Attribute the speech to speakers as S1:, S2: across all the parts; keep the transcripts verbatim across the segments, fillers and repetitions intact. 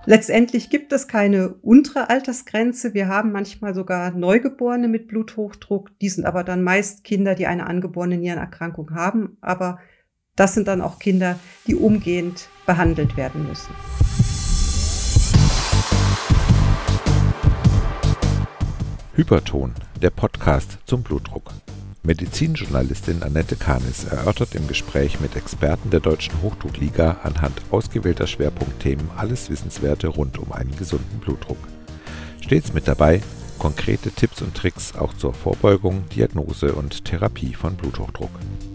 S1: Letztendlich gibt es keine untere Altersgrenze. Wir haben manchmal sogar Neugeborene mit Bluthochdruck. Die sind aber dann meist Kinder, die eine angeborene Nierenerkrankung haben. Aber das sind dann auch Kinder, die umgehend behandelt werden müssen.
S2: Hyperton, der Podcast zum Blutdruck. Medizinjournalistin Annette Kanis erörtert im Gespräch mit Experten der Deutschen Hochdruckliga anhand ausgewählter Schwerpunktthemen alles Wissenswerte rund um einen gesunden Blutdruck. Stets mit dabei konkrete Tipps und Tricks auch zur Vorbeugung, Diagnose und Therapie von Bluthochdruck.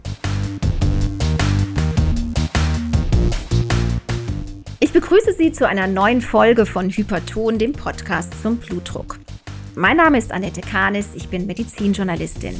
S3: Ich begrüße Sie zu einer neuen Folge von Hyperton, dem Podcast zum Blutdruck. Mein Name ist Annette Kanis, ich bin Medizinjournalistin.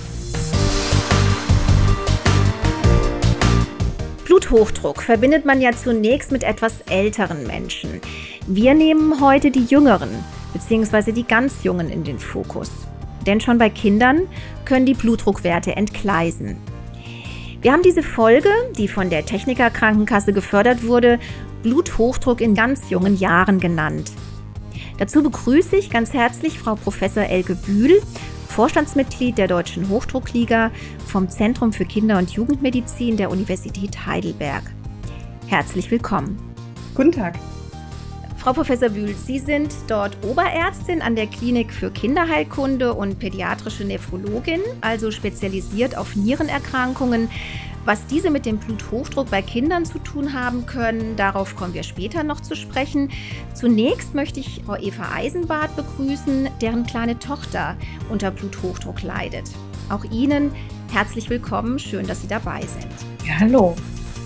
S3: Bluthochdruck verbindet man ja zunächst mit etwas älteren Menschen. Wir nehmen heute die Jüngeren bzw. die ganz Jungen in den Fokus. Denn schon bei Kindern können die Blutdruckwerte entgleisen. Wir haben diese Folge, die von der Techniker Krankenkasse gefördert wurde, Bluthochdruck in ganz jungen Jahren genannt. Dazu begrüße ich ganz herzlich Frau Professor Elke Wühl, Vorstandsmitglied der Deutschen Hochdruckliga vom Zentrum für Kinder- und Jugendmedizin der Universität Heidelberg. Herzlich willkommen.
S1: Guten Tag.
S3: Frau Professor Wühl, Sie sind dort Oberärztin an der Klinik für Kinderheilkunde und pädiatrische Nephrologin, also spezialisiert auf Nierenerkrankungen. Was diese mit dem Bluthochdruck bei Kindern zu tun haben können, darauf kommen wir später noch zu sprechen. Zunächst möchte ich Frau Eva Eisenbart begrüßen, deren kleine Tochter unter Bluthochdruck leidet. Auch Ihnen herzlich willkommen, schön, dass Sie dabei sind.
S4: Ja, hallo.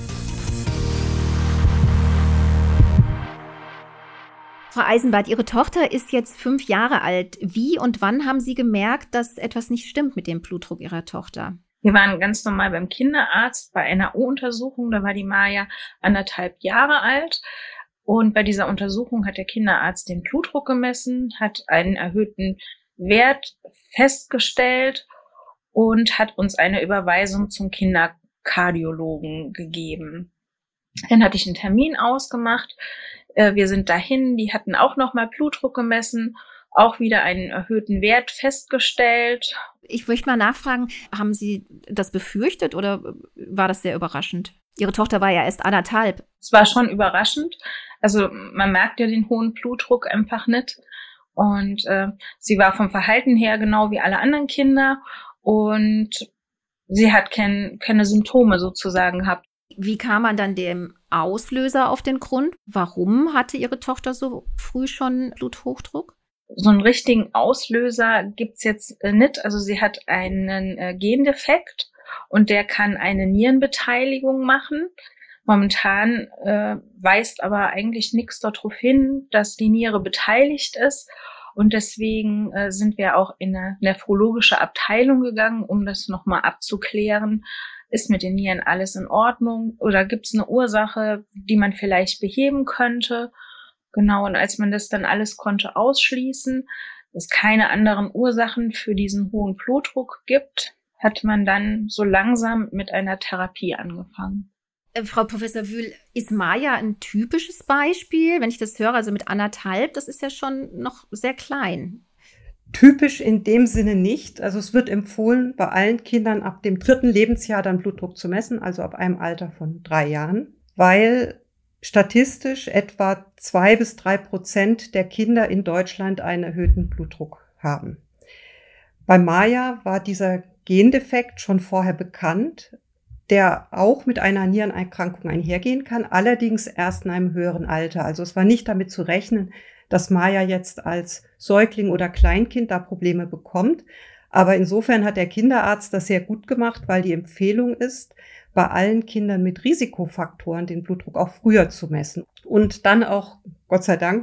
S3: Frau Eisenbart, Ihre Tochter ist jetzt fünf Jahre alt. Wie und wann haben Sie gemerkt, dass etwas nicht stimmt mit dem Blutdruck Ihrer Tochter?
S4: Wir waren ganz normal beim Kinderarzt bei einer U-Untersuchung. Da war die Maja anderthalb Jahre alt. Und bei dieser Untersuchung hat der Kinderarzt den Blutdruck gemessen, hat einen erhöhten Wert festgestellt und hat uns eine Überweisung zum Kinderkardiologen gegeben. Dann hatte ich einen Termin ausgemacht. Wir sind dahin, die hatten auch nochmal Blutdruck gemessen, auch wieder einen erhöhten Wert festgestellt.
S3: Ich möchte mal nachfragen, haben Sie das befürchtet oder war das sehr überraschend? Ihre Tochter war ja erst anderthalb.
S4: Es war schon überraschend. Also man merkt ja den hohen Blutdruck einfach nicht. Und äh, sie war vom Verhalten her genau wie alle anderen Kinder. Und sie hat kein, keine Symptome sozusagen gehabt.
S3: Wie kam man dann dem Auslöser auf den Grund? Warum hatte Ihre Tochter so früh schon Bluthochdruck?
S4: So einen richtigen Auslöser gibt's jetzt äh, nicht. Also sie hat einen äh, Gendefekt und der kann eine Nierenbeteiligung machen. Momentan äh, weist aber eigentlich nichts darauf hin, dass die Niere beteiligt ist. Und deswegen äh, sind wir auch in eine nephrologische Abteilung gegangen, um das nochmal abzuklären. Ist mit den Nieren alles in Ordnung oder gibt's eine Ursache, die man vielleicht beheben könnte? Genau, und als man das dann alles konnte ausschließen, dass es keine anderen Ursachen für diesen hohen Blutdruck gibt, hat man dann so langsam mit einer Therapie angefangen.
S3: Äh, Frau Professor Wühl, ist Maja ein typisches Beispiel? Wenn ich das höre, also mit anderthalb, das ist ja schon noch sehr klein.
S1: Typisch in dem Sinne nicht. Also es wird empfohlen, bei allen Kindern ab dem dritten Lebensjahr dann Blutdruck zu messen, also ab einem Alter von drei Jahren, weil statistisch etwa zwei bis drei Prozent der Kinder in Deutschland einen erhöhten Blutdruck haben. Bei Maja war dieser Gendefekt schon vorher bekannt, der auch mit einer Nierenerkrankung einhergehen kann, allerdings erst in einem höheren Alter. Also es war nicht damit zu rechnen, dass Maja jetzt als Säugling oder Kleinkind da Probleme bekommt. Aber insofern hat der Kinderarzt das sehr gut gemacht, weil die Empfehlung ist, bei allen Kindern mit Risikofaktoren den Blutdruck auch früher zu messen und dann auch, Gott sei Dank,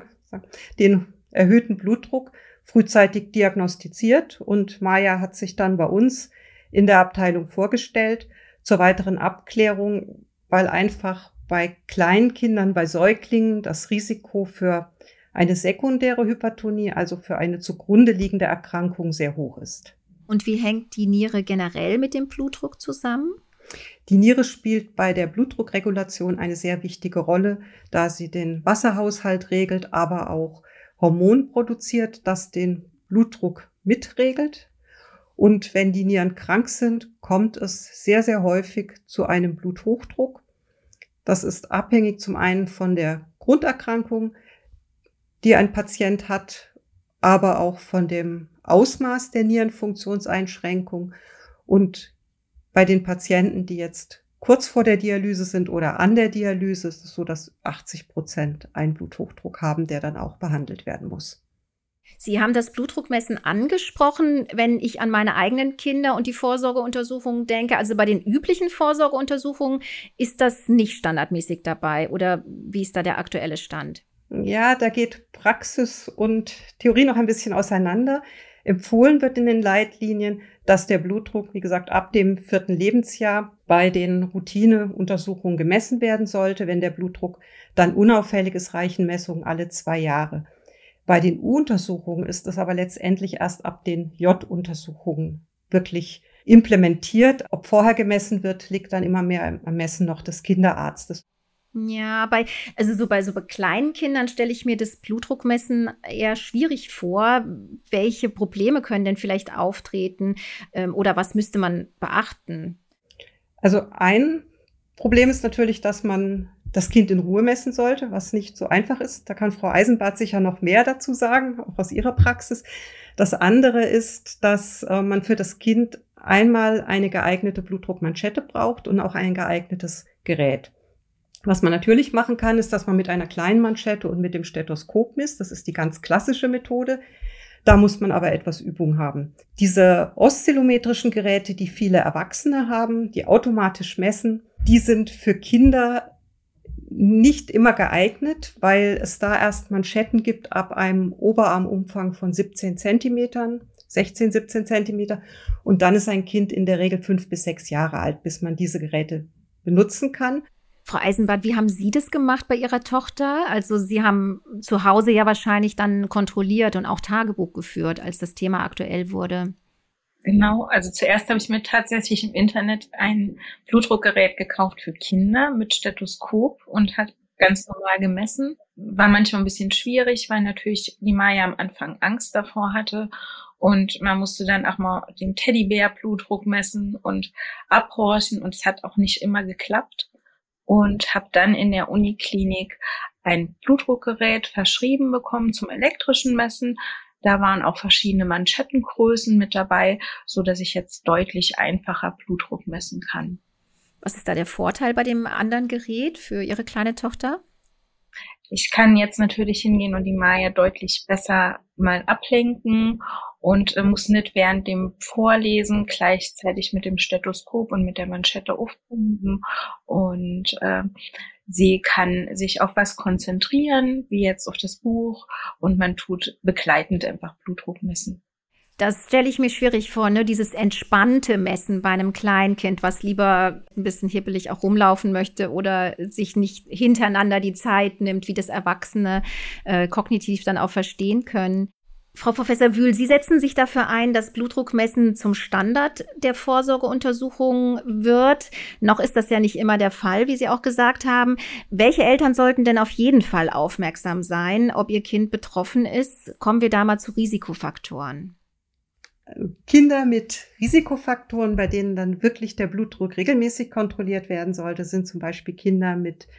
S1: den erhöhten Blutdruck frühzeitig diagnostiziert. Und Maja hat sich dann bei uns in der Abteilung vorgestellt zur weiteren Abklärung, weil einfach bei kleinen Kindern, bei Säuglingen das Risiko für eine sekundäre Hypertonie, also für eine zugrunde liegende Erkrankung, sehr hoch ist.
S3: Und wie hängt die Niere generell mit dem Blutdruck zusammen?
S1: Die Niere spielt bei der Blutdruckregulation eine sehr wichtige Rolle, da sie den Wasserhaushalt regelt, aber auch Hormon produziert, das den Blutdruck mitregelt. Und wenn die Nieren krank sind, kommt es sehr, sehr häufig zu einem Bluthochdruck. Das ist abhängig zum einen von der Grunderkrankung, die ein Patient hat, aber auch von dem Ausmaß der Nierenfunktionseinschränkung. Und bei den Patienten, die jetzt kurz vor der Dialyse sind oder an der Dialyse, ist es so, dass achtzig Prozent einen Bluthochdruck haben, der dann auch behandelt werden muss.
S3: Sie haben das Blutdruckmessen angesprochen. Wenn ich an meine eigenen Kinder und die Vorsorgeuntersuchungen denke, also bei den üblichen Vorsorgeuntersuchungen, ist das nicht standardmäßig dabei? Oder wie ist da der aktuelle Stand?
S1: Ja, da geht Praxis und Theorie noch ein bisschen auseinander. Empfohlen wird in den Leitlinien, dass der Blutdruck, wie gesagt, ab dem vierten Lebensjahr bei den Routineuntersuchungen gemessen werden sollte. Wenn der Blutdruck dann unauffällig ist, reichen Messungen alle zwei Jahre. Bei den U-Untersuchungen ist es aber letztendlich erst ab den J-Untersuchungen wirklich implementiert. Ob vorher gemessen wird, liegt dann immer mehr am Ermessen noch des Kinderarztes.
S3: Ja, bei, also so bei so bei kleinen Kindern stelle ich mir das Blutdruckmessen eher schwierig vor. Welche Probleme können denn vielleicht auftreten, ähm, oder was müsste man beachten?
S1: Also ein Problem ist natürlich, dass man das Kind in Ruhe messen sollte, was nicht so einfach ist. Da kann Frau Eisenbart sicher noch mehr dazu sagen, auch aus ihrer Praxis. Das andere ist, dass äh, man für das Kind einmal eine geeignete Blutdruckmanschette braucht und auch ein geeignetes Gerät. Was man natürlich machen kann, ist, dass man mit einer kleinen Manschette und mit dem Stethoskop misst. Das ist die ganz klassische Methode. Da muss man aber etwas Übung haben. Diese oszillometrischen Geräte, die viele Erwachsene haben, die automatisch messen, die sind für Kinder nicht immer geeignet, weil es da erst Manschetten gibt ab einem Oberarmumfang von siebzehn Zentimetern, sechzehn, siebzehn Zentimeter. Und dann ist ein Kind in der Regel fünf bis sechs Jahre alt, bis man diese Geräte benutzen kann.
S3: Frau Eisenbart, wie haben Sie das gemacht bei Ihrer Tochter? Also Sie haben zu Hause ja wahrscheinlich dann kontrolliert und auch Tagebuch geführt, als das Thema aktuell wurde.
S4: Genau, also zuerst habe ich mir tatsächlich im Internet ein Blutdruckgerät gekauft für Kinder mit Stethoskop und hat ganz normal gemessen. War manchmal ein bisschen schwierig, weil natürlich die Maya am Anfang Angst davor hatte. Und man musste dann auch mal den Teddybär Blutdruck messen und abhorchen. Und es hat auch nicht immer geklappt. Und habe dann in der Uniklinik ein Blutdruckgerät verschrieben bekommen zum elektrischen Messen. Da waren auch verschiedene Manschettengrößen mit dabei, so dass ich jetzt deutlich einfacher Blutdruck messen kann.
S3: Was ist da der Vorteil bei dem anderen Gerät für Ihre kleine Tochter?
S4: Ich kann jetzt natürlich hingehen und die Maya deutlich besser mal ablenken und äh, muss nicht während dem Vorlesen gleichzeitig mit dem Stethoskop und mit der Manschette aufpumpen. Und äh, sie kann sich auf was konzentrieren, wie jetzt auf das Buch, und man tut begleitend einfach Blutdruck messen.
S3: Das stelle ich mir schwierig vor, ne? Dieses entspannte Messen bei einem Kleinkind, was lieber ein bisschen hippelig auch rumlaufen möchte oder sich nicht hintereinander die Zeit nimmt, wie das Erwachsene äh, kognitiv dann auch verstehen können. Frau Professor Wühl, Sie setzen sich dafür ein, dass Blutdruckmessen zum Standard der Vorsorgeuntersuchungen wird. Noch ist das ja nicht immer der Fall, wie Sie auch gesagt haben. Welche Eltern sollten denn auf jeden Fall aufmerksam sein, ob ihr Kind betroffen ist? Kommen wir da mal zu Risikofaktoren.
S1: Kinder mit Risikofaktoren, bei denen dann wirklich der Blutdruck regelmäßig kontrolliert werden sollte, sind zum Beispiel Kinder mit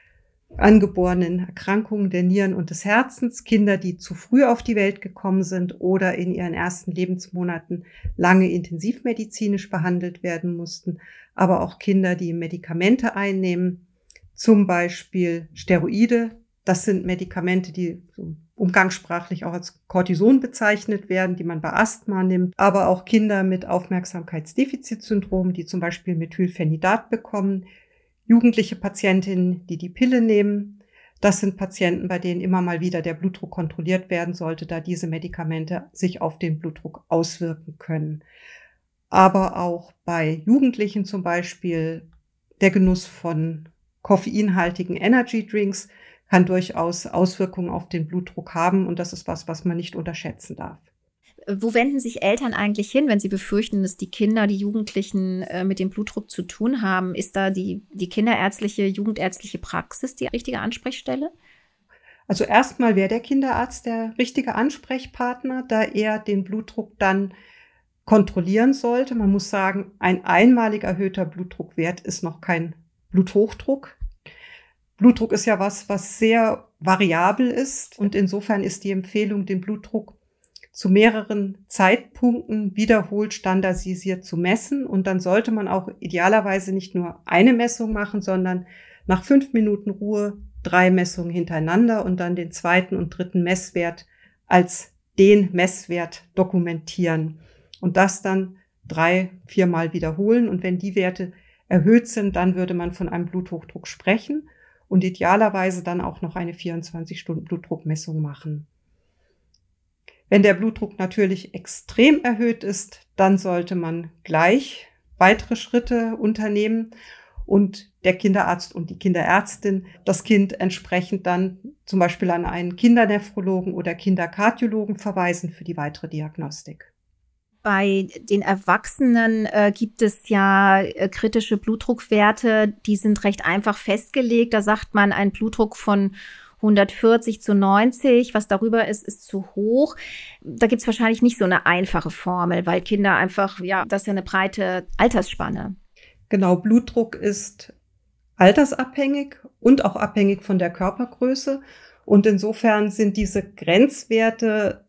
S1: angeborenen Erkrankungen der Nieren und des Herzens, Kinder, die zu früh auf die Welt gekommen sind oder in ihren ersten Lebensmonaten lange intensivmedizinisch behandelt werden mussten, aber auch Kinder, die Medikamente einnehmen, zum Beispiel Steroide. Das sind Medikamente, die umgangssprachlich auch als Cortison bezeichnet werden, die man bei Asthma nimmt, aber auch Kinder mit Aufmerksamkeitsdefizitsyndrom, die zum Beispiel Methylphenidat bekommen, jugendliche Patientinnen, die die Pille nehmen. Das sind Patienten, bei denen immer mal wieder der Blutdruck kontrolliert werden sollte, da diese Medikamente sich auf den Blutdruck auswirken können. Aber auch bei Jugendlichen zum Beispiel der Genuss von koffeinhaltigen Energy Drinks kann durchaus Auswirkungen auf den Blutdruck haben und das ist was, was man nicht unterschätzen darf.
S3: Wo wenden sich Eltern eigentlich hin, wenn sie befürchten, dass die Kinder, die Jugendlichen äh, mit dem Blutdruck zu tun haben? Ist da die, die kinderärztliche, jugendärztliche Praxis die richtige Ansprechstelle?
S1: Also erstmal wäre der Kinderarzt der richtige Ansprechpartner, da er den Blutdruck dann kontrollieren sollte. Man muss sagen, ein einmalig erhöhter Blutdruckwert ist noch kein Bluthochdruck. Blutdruck ist ja was, was sehr variabel ist und insofern ist die Empfehlung, den Blutdruck zu mehreren Zeitpunkten wiederholt standardisiert zu messen. Und dann sollte man auch idealerweise nicht nur eine Messung machen, sondern nach fünf Minuten Ruhe drei Messungen hintereinander und dann den zweiten und dritten Messwert als den Messwert dokumentieren. Und das dann drei, viermal wiederholen. Und wenn die Werte erhöht sind, dann würde man von einem Bluthochdruck sprechen und idealerweise dann auch noch eine vierundzwanzig Stunden Blutdruckmessung machen. Wenn der Blutdruck natürlich extrem erhöht ist, dann sollte man gleich weitere Schritte unternehmen und der Kinderarzt und die Kinderärztin das Kind entsprechend dann zum Beispiel an einen Kindernephrologen oder Kinderkardiologen verweisen für die weitere Diagnostik.
S3: Bei den Erwachsenen äh, gibt es ja äh, kritische Blutdruckwerte, die sind recht einfach festgelegt. Da sagt man, ein Blutdruck von hundertvierzig zu neunzig, was darüber ist, ist zu hoch. Da gibt es wahrscheinlich nicht so eine einfache Formel, weil Kinder einfach, ja, das ist ja eine breite Altersspanne.
S1: Genau, Blutdruck ist altersabhängig und auch abhängig von der Körpergröße. Und insofern sind diese Grenzwerte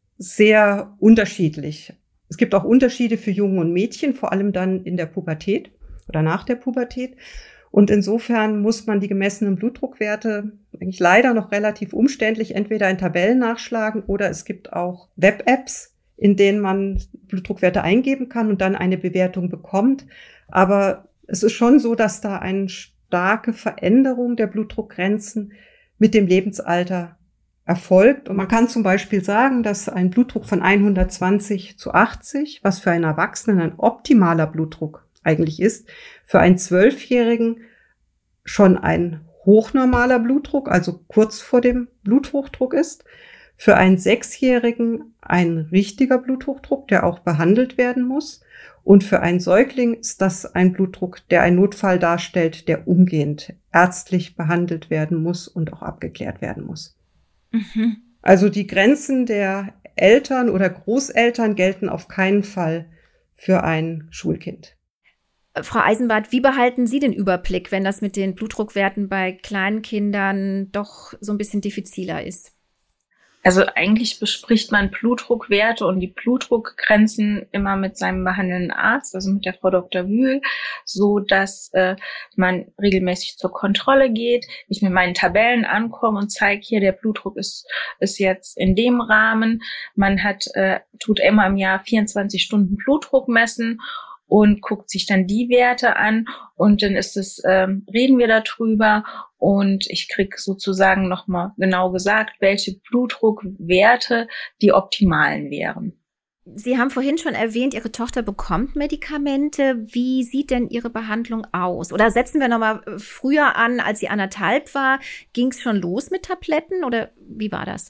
S1: sehr unterschiedlich. Es gibt auch Unterschiede für Jungen und Mädchen, vor allem dann in der Pubertät oder nach der Pubertät. Und insofern muss man die gemessenen Blutdruckwerte eigentlich leider noch relativ umständlich entweder in Tabellen nachschlagen oder es gibt auch Web-Apps, in denen man Blutdruckwerte eingeben kann und dann eine Bewertung bekommt. Aber es ist schon so, dass da eine starke Veränderung der Blutdruckgrenzen mit dem Lebensalter erfolgt. Und man kann zum Beispiel sagen, dass ein Blutdruck von hundertzwanzig zu achtzig, was für einen Erwachsenen ein optimaler Blutdruck eigentlich ist, für einen Zwölfjährigen schon ein hochnormaler Blutdruck, also kurz vor dem Bluthochdruck ist. Für einen Sechsjährigen ein richtiger Bluthochdruck, der auch behandelt werden muss. Und für einen Säugling ist das ein Blutdruck, der einen Notfall darstellt, der umgehend ärztlich behandelt werden muss und auch abgeklärt werden muss. Mhm. Also die Grenzen der Eltern oder Großeltern gelten auf keinen Fall für ein Schulkind.
S3: Frau Eisenbart, wie behalten Sie den Überblick, wenn das mit den Blutdruckwerten bei kleinen Kindern doch so ein bisschen diffiziler ist?
S4: Also eigentlich bespricht man Blutdruckwerte und die Blutdruckgrenzen immer mit seinem behandelnden Arzt, also mit der Frau Doktor Wühl, so dass äh, man regelmäßig zur Kontrolle geht, ich mit meinen Tabellen ankomme und zeige, hier der Blutdruck ist ist jetzt in dem Rahmen. Man hat äh, tut immer im Jahr vierundzwanzig Stunden Blutdruck messen und guckt sich dann die Werte an und dann ist es, ähm, reden wir darüber und ich krieg sozusagen nochmal genau gesagt, welche Blutdruckwerte die optimalen wären.
S3: Sie haben vorhin schon erwähnt, Ihre Tochter bekommt Medikamente. Wie sieht denn Ihre Behandlung aus? Oder setzen wir nochmal früher an, als sie anderthalb war, ging es schon los mit Tabletten oder wie war das?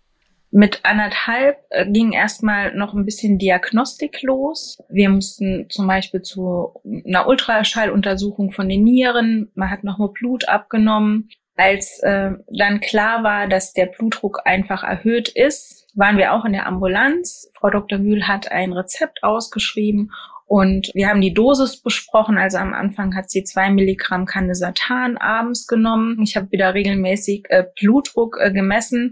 S4: Mit anderthalb äh, ging erstmal noch ein bisschen Diagnostik los. Wir mussten zum Beispiel zu einer Ultraschalluntersuchung von den Nieren. Man hat nochmal Blut abgenommen. Als äh, dann klar war, dass der Blutdruck einfach erhöht ist, waren wir auch in der Ambulanz. Frau Doktor Wühl hat ein Rezept ausgeschrieben und wir haben die Dosis besprochen. Also am Anfang hat sie zwei Milligramm Candesartan abends genommen. Ich habe wieder regelmäßig äh, Blutdruck äh, gemessen.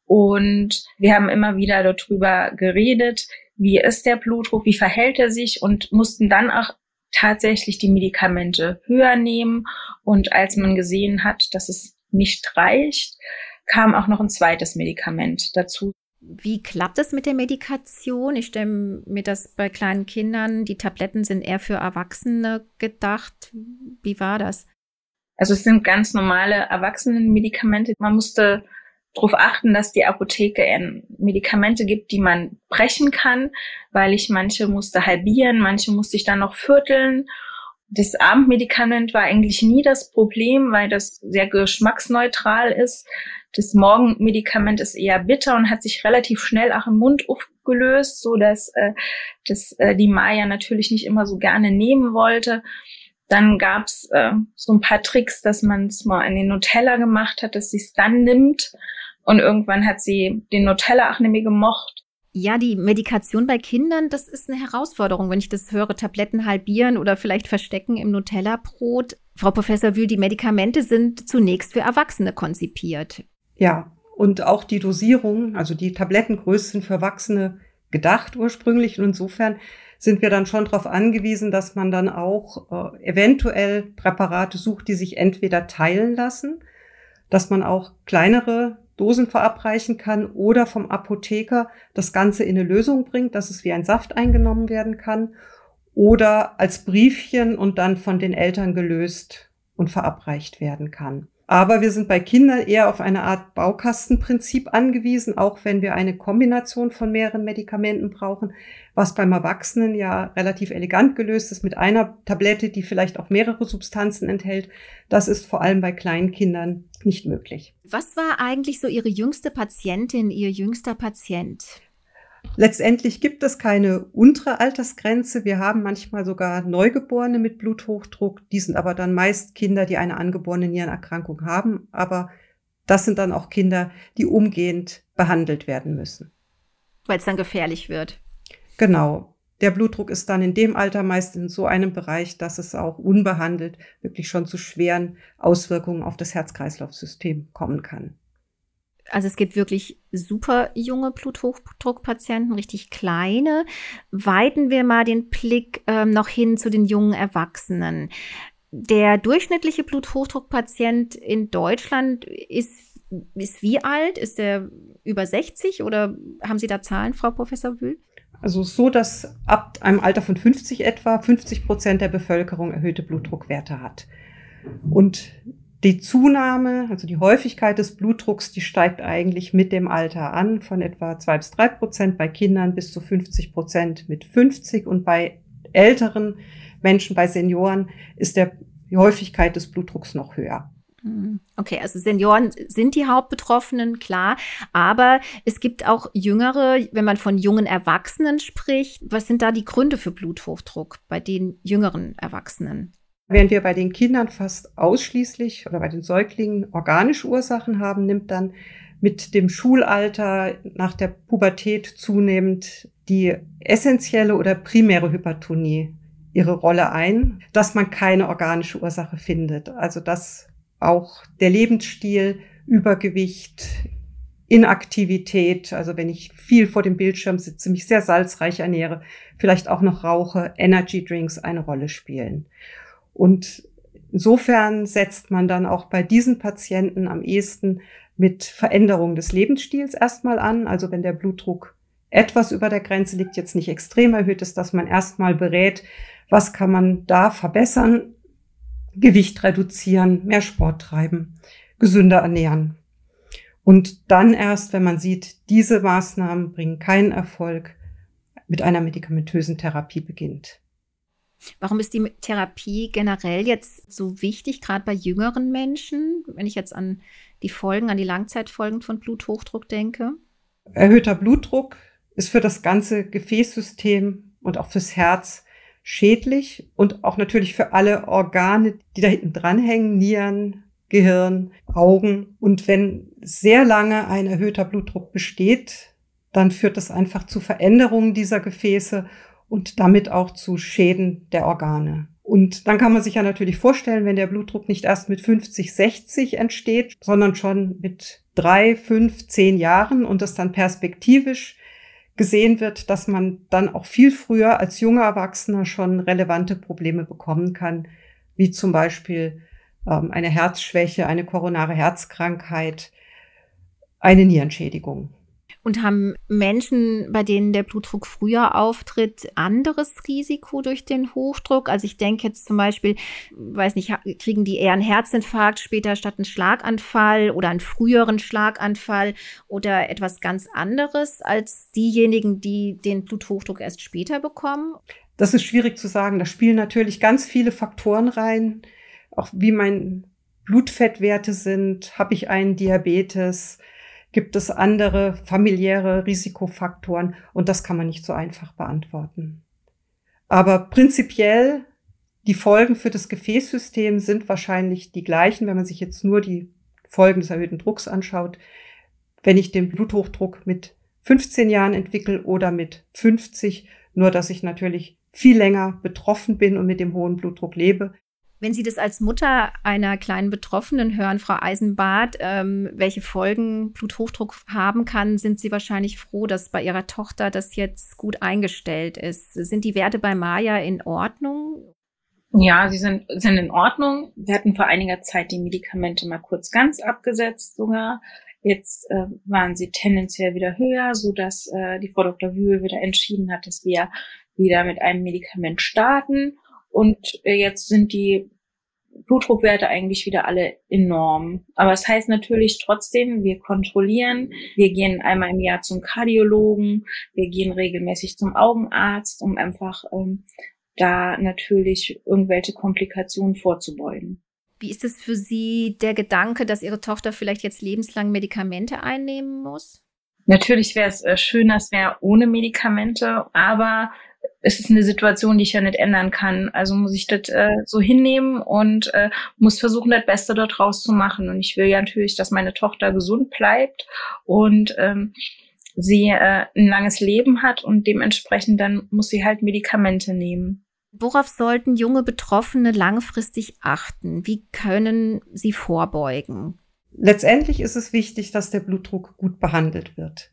S4: Und wir haben immer wieder darüber geredet, wie ist der Blutdruck, wie verhält er sich und mussten dann auch tatsächlich die Medikamente höher nehmen. Und als man gesehen hat, dass es nicht reicht, kam auch noch ein zweites Medikament dazu.
S3: Wie klappt es mit der Medikation? Ich stelle mir das bei kleinen Kindern, die Tabletten sind eher für Erwachsene gedacht. Wie war das?
S4: Also es sind ganz normale Erwachsenenmedikamente. Man musste darauf achten, dass die Apotheke Medikamente gibt, die man brechen kann, weil ich manche musste halbieren, manche musste ich dann noch vierteln. Das Abendmedikament war eigentlich nie das Problem, weil das sehr geschmacksneutral ist. Das Morgenmedikament ist eher bitter und hat sich relativ schnell auch im Mund gelöst, so dass, äh, dass äh, die Maya natürlich nicht immer so gerne nehmen wollte. Dann gab's äh, so ein paar Tricks, dass man es mal an den Nutella gemacht hat, dass sie es dann nimmt. Und irgendwann hat sie den Nutella auch nicht mehr gemocht.
S3: Ja, die Medikation bei Kindern, das ist eine Herausforderung, wenn ich das höre, Tabletten halbieren oder vielleicht verstecken im Nutella-Brot. Frau Professor Wühl, die Medikamente sind zunächst für Erwachsene konzipiert.
S1: Ja, und auch die Dosierung, also die Tablettengröße sind für Erwachsene gedacht ursprünglich. Und insofern sind wir dann schon darauf angewiesen, dass man dann auch äh, eventuell Präparate sucht, die sich entweder teilen lassen, dass man auch kleinere Dosen verabreichen kann oder vom Apotheker das Ganze in eine Lösung bringt, dass es wie ein Saft eingenommen werden kann oder als Briefchen und dann von den Eltern gelöst und verabreicht werden kann. Aber wir sind bei Kindern eher auf eine Art Baukastenprinzip angewiesen, auch wenn wir eine Kombination von mehreren Medikamenten brauchen, was beim Erwachsenen ja relativ elegant gelöst ist mit einer Tablette, die vielleicht auch mehrere Substanzen enthält. Das ist vor allem bei kleinen Kindern nicht möglich.
S3: Was war eigentlich so Ihre jüngste Patientin, Ihr jüngster Patient?
S1: Letztendlich gibt es keine untere Altersgrenze. Wir haben manchmal sogar Neugeborene mit Bluthochdruck. Die sind aber dann meist Kinder, die eine angeborene Nierenerkrankung haben. Aber das sind dann auch Kinder, die umgehend behandelt werden müssen.
S3: Weil es dann gefährlich wird.
S1: Genau. Der Blutdruck ist dann in dem Alter meist in so einem Bereich, dass es auch unbehandelt wirklich schon zu schweren Auswirkungen auf das Herz-Kreislauf-System kommen kann.
S3: Also es gibt wirklich super junge Bluthochdruckpatienten, richtig kleine. Weiten wir mal den Blick ähm, noch hin zu den jungen Erwachsenen. Der durchschnittliche Bluthochdruckpatient in Deutschland ist, ist wie alt? Ist der über sechzig oder haben Sie da Zahlen, Frau Professor Wühl?
S1: Also so, dass ab einem Alter von fünfzig etwa fünfzig Prozent der Bevölkerung erhöhte Blutdruckwerte hat. Und die Zunahme, also die Häufigkeit des Blutdrucks, die steigt eigentlich mit dem Alter an, von etwa zwei bis drei Prozent bei Kindern bis zu fünfzig Prozent mit fünfzig. Und bei älteren Menschen, bei Senioren, ist der, die Häufigkeit des Blutdrucks noch höher.
S3: Okay, also Senioren sind die Hauptbetroffenen, klar. Aber es gibt auch Jüngere, wenn man von jungen Erwachsenen spricht. Was sind da die Gründe für Bluthochdruck bei den jüngeren Erwachsenen?
S1: Während wir bei den Kindern fast ausschließlich oder bei den Säuglingen organische Ursachen haben, nimmt dann mit dem Schulalter nach der Pubertät zunehmend die essentielle oder primäre Hypertonie ihre Rolle ein, dass man keine organische Ursache findet. Also dass auch der Lebensstil, Übergewicht, Inaktivität, also wenn ich viel vor dem Bildschirm sitze, mich sehr salzreich ernähre, vielleicht auch noch rauche, Energy Drinks eine Rolle spielen. Und insofern setzt man dann auch bei diesen Patienten am ehesten mit Veränderung des Lebensstils erstmal an. Also wenn der Blutdruck etwas über der Grenze liegt, jetzt nicht extrem erhöht ist, dass man erstmal berät, was kann man da verbessern, Gewicht reduzieren, mehr Sport treiben, gesünder ernähren. Und dann erst, wenn man sieht, diese Maßnahmen bringen keinen Erfolg, mit einer medikamentösen Therapie beginnt.
S3: Warum ist die Therapie generell jetzt so wichtig, gerade bei jüngeren Menschen, wenn ich jetzt an die Folgen, an die Langzeitfolgen von Bluthochdruck denke?
S1: Erhöhter Blutdruck ist für das ganze Gefäßsystem und auch fürs Herz schädlich und auch natürlich für alle Organe, die da hinten dranhängen, Nieren, Gehirn, Augen. Und wenn sehr lange ein erhöhter Blutdruck besteht, dann führt das einfach zu Veränderungen dieser Gefäße und damit auch zu Schäden der Organe. Und dann kann man sich ja natürlich vorstellen, wenn der Blutdruck nicht erst mit fünfzig, sechzig entsteht, sondern schon mit drei, fünf, zehn Jahren und das dann perspektivisch gesehen wird, dass man dann auch viel früher als junger Erwachsener schon relevante Probleme bekommen kann, wie zum Beispiel ähm, eine Herzschwäche, eine koronare Herzkrankheit, eine Nierenschädigung.
S3: Und haben Menschen, bei denen der Blutdruck früher auftritt, anderes Risiko durch den Hochdruck? Also ich denke jetzt zum Beispiel, weiß nicht, kriegen die eher einen Herzinfarkt später statt einen Schlaganfall oder einen früheren Schlaganfall oder etwas ganz anderes als diejenigen, die den Bluthochdruck erst später bekommen?
S1: Das ist schwierig zu sagen. Da spielen natürlich ganz viele Faktoren rein, auch wie meine Blutfettwerte sind, habe ich einen Diabetes, Gibt es andere familiäre Risikofaktoren? Und das kann man nicht so einfach beantworten. Aber prinzipiell, die Folgen für das Gefäßsystem sind wahrscheinlich die gleichen, wenn man sich jetzt nur die Folgen des erhöhten Drucks anschaut. Wenn ich den Bluthochdruck mit fünfzehn Jahren entwickle oder mit fünfzig, nur dass ich natürlich viel länger betroffen bin und mit dem hohen Blutdruck lebe.
S3: Wenn Sie das als Mutter einer kleinen Betroffenen hören, Frau Eisenbart, ähm, welche Folgen Bluthochdruck haben kann, sind Sie wahrscheinlich froh, dass bei Ihrer Tochter das jetzt gut eingestellt ist. Sind die Werte bei Maja in Ordnung?
S4: Ja, sie sind, sind in Ordnung. Wir hatten vor einiger Zeit die Medikamente mal kurz ganz abgesetzt sogar. Jetzt äh, waren sie tendenziell wieder höher, so dass äh, die Frau Doktor Wühl wieder entschieden hat, dass wir wieder mit einem Medikament starten. Und äh, jetzt sind die Blutdruckwerte eigentlich wieder alle enorm. Aber es heißt natürlich trotzdem, wir kontrollieren. Wir gehen einmal im Jahr zum Kardiologen. Wir gehen regelmäßig zum Augenarzt, um einfach ähm, da natürlich irgendwelche Komplikationen vorzubeugen.
S3: Wie ist es für Sie der Gedanke, dass Ihre Tochter vielleicht jetzt lebenslang Medikamente einnehmen muss?
S4: Natürlich wäre es äh, schöner, es wäre ohne Medikamente, aber es ist eine Situation, die ich ja nicht ändern kann. Also muss ich das äh, so hinnehmen und äh, muss versuchen, das Beste dort rauszumachen. Und ich will ja natürlich, dass meine Tochter gesund bleibt und ähm, sie äh, ein langes Leben hat und dementsprechend dann muss sie halt Medikamente nehmen.
S3: Worauf sollten junge Betroffene langfristig achten? Wie können sie vorbeugen?
S1: Letztendlich ist es wichtig, dass der Blutdruck gut behandelt wird.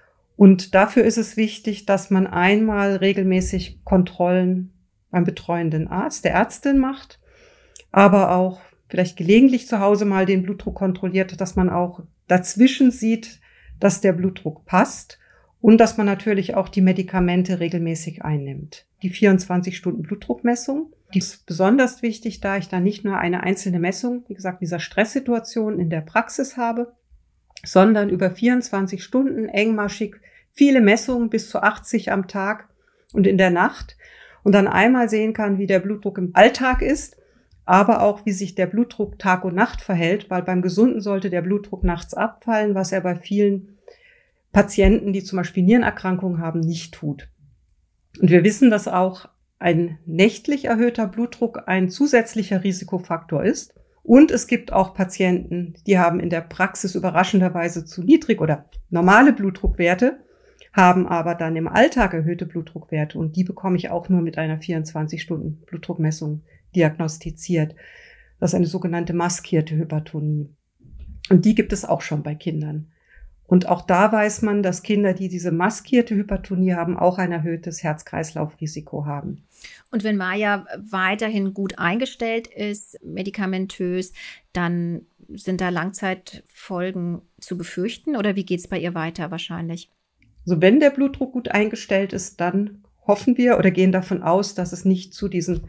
S1: Und dafür ist es wichtig, dass man einmal regelmäßig Kontrollen beim betreuenden Arzt, der Ärztin macht, aber auch vielleicht gelegentlich zu Hause mal den Blutdruck kontrolliert, dass man auch dazwischen sieht, dass der Blutdruck passt und dass man natürlich auch die Medikamente regelmäßig einnimmt. Die vierundzwanzig Stunden Blutdruckmessung, die ist besonders wichtig, da ich dann nicht nur eine einzelne Messung, wie gesagt, dieser Stresssituation in der Praxis habe, sondern über vierundzwanzig Stunden engmaschig viele Messungen bis zu achtzig am Tag und in der Nacht und dann einmal sehen kann, wie der Blutdruck im Alltag ist, aber auch, wie sich der Blutdruck Tag und Nacht verhält, weil beim Gesunden sollte der Blutdruck nachts abfallen, was er bei vielen Patienten, die zum Beispiel Nierenerkrankungen haben, nicht tut. Und wir wissen, dass auch ein nächtlich erhöhter Blutdruck ein zusätzlicher Risikofaktor ist. Und es gibt auch Patienten, die haben in der Praxis überraschenderweise zu niedrig oder normale Blutdruckwerte, haben aber dann im Alltag erhöhte Blutdruckwerte. Und die bekomme ich auch nur mit einer vierundzwanzig Stunden Blutdruckmessung diagnostiziert. Das ist eine sogenannte maskierte Hypertonie. Und die gibt es auch schon bei Kindern. Und auch da weiß man, dass Kinder, die diese maskierte Hypertonie haben, auch ein erhöhtes Herz-Kreislauf-Risiko haben.
S3: Und wenn Maja weiterhin gut eingestellt ist, medikamentös, dann sind da Langzeitfolgen zu befürchten? Oder wie geht es bei ihr weiter wahrscheinlich?
S1: Also wenn der Blutdruck gut eingestellt ist, dann hoffen wir oder gehen davon aus, dass es nicht zu diesen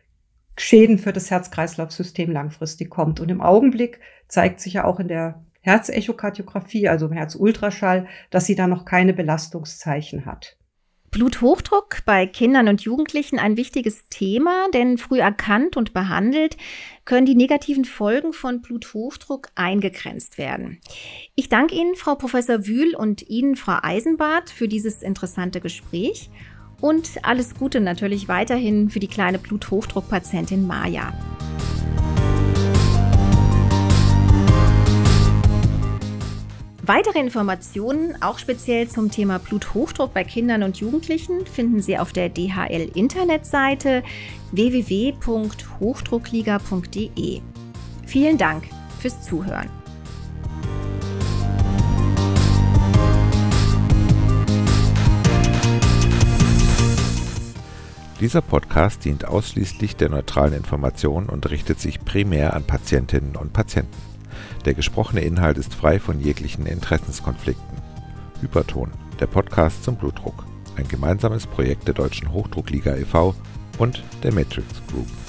S1: Schäden für das Herz-Kreislauf-System langfristig kommt. Und im Augenblick zeigt sich ja auch in der Herzechokardiographie, also im Herzultraschall, dass sie da noch keine Belastungszeichen hat.
S3: Bluthochdruck bei Kindern und Jugendlichen ein wichtiges Thema, denn früh erkannt und behandelt können die negativen Folgen von Bluthochdruck eingegrenzt werden. Ich danke Ihnen, Frau Professor Wühl, und Ihnen, Frau Eisenbart, für dieses interessante Gespräch und alles Gute natürlich weiterhin für die kleine Bluthochdruckpatientin Maja. Weitere Informationen, auch speziell zum Thema Bluthochdruck bei Kindern und Jugendlichen, finden Sie auf der D H L-Internetseite w w w punkt hochdruckliga punkt d e. Vielen Dank fürs Zuhören.
S2: Dieser Podcast dient ausschließlich der neutralen Information und richtet sich primär an Patientinnen und Patienten. Der gesprochene Inhalt ist frei von jeglichen Interessenskonflikten. Hyperton, der Podcast zum Blutdruck. Ein gemeinsames Projekt der Deutschen Hochdruckliga e V und der Matrix Group.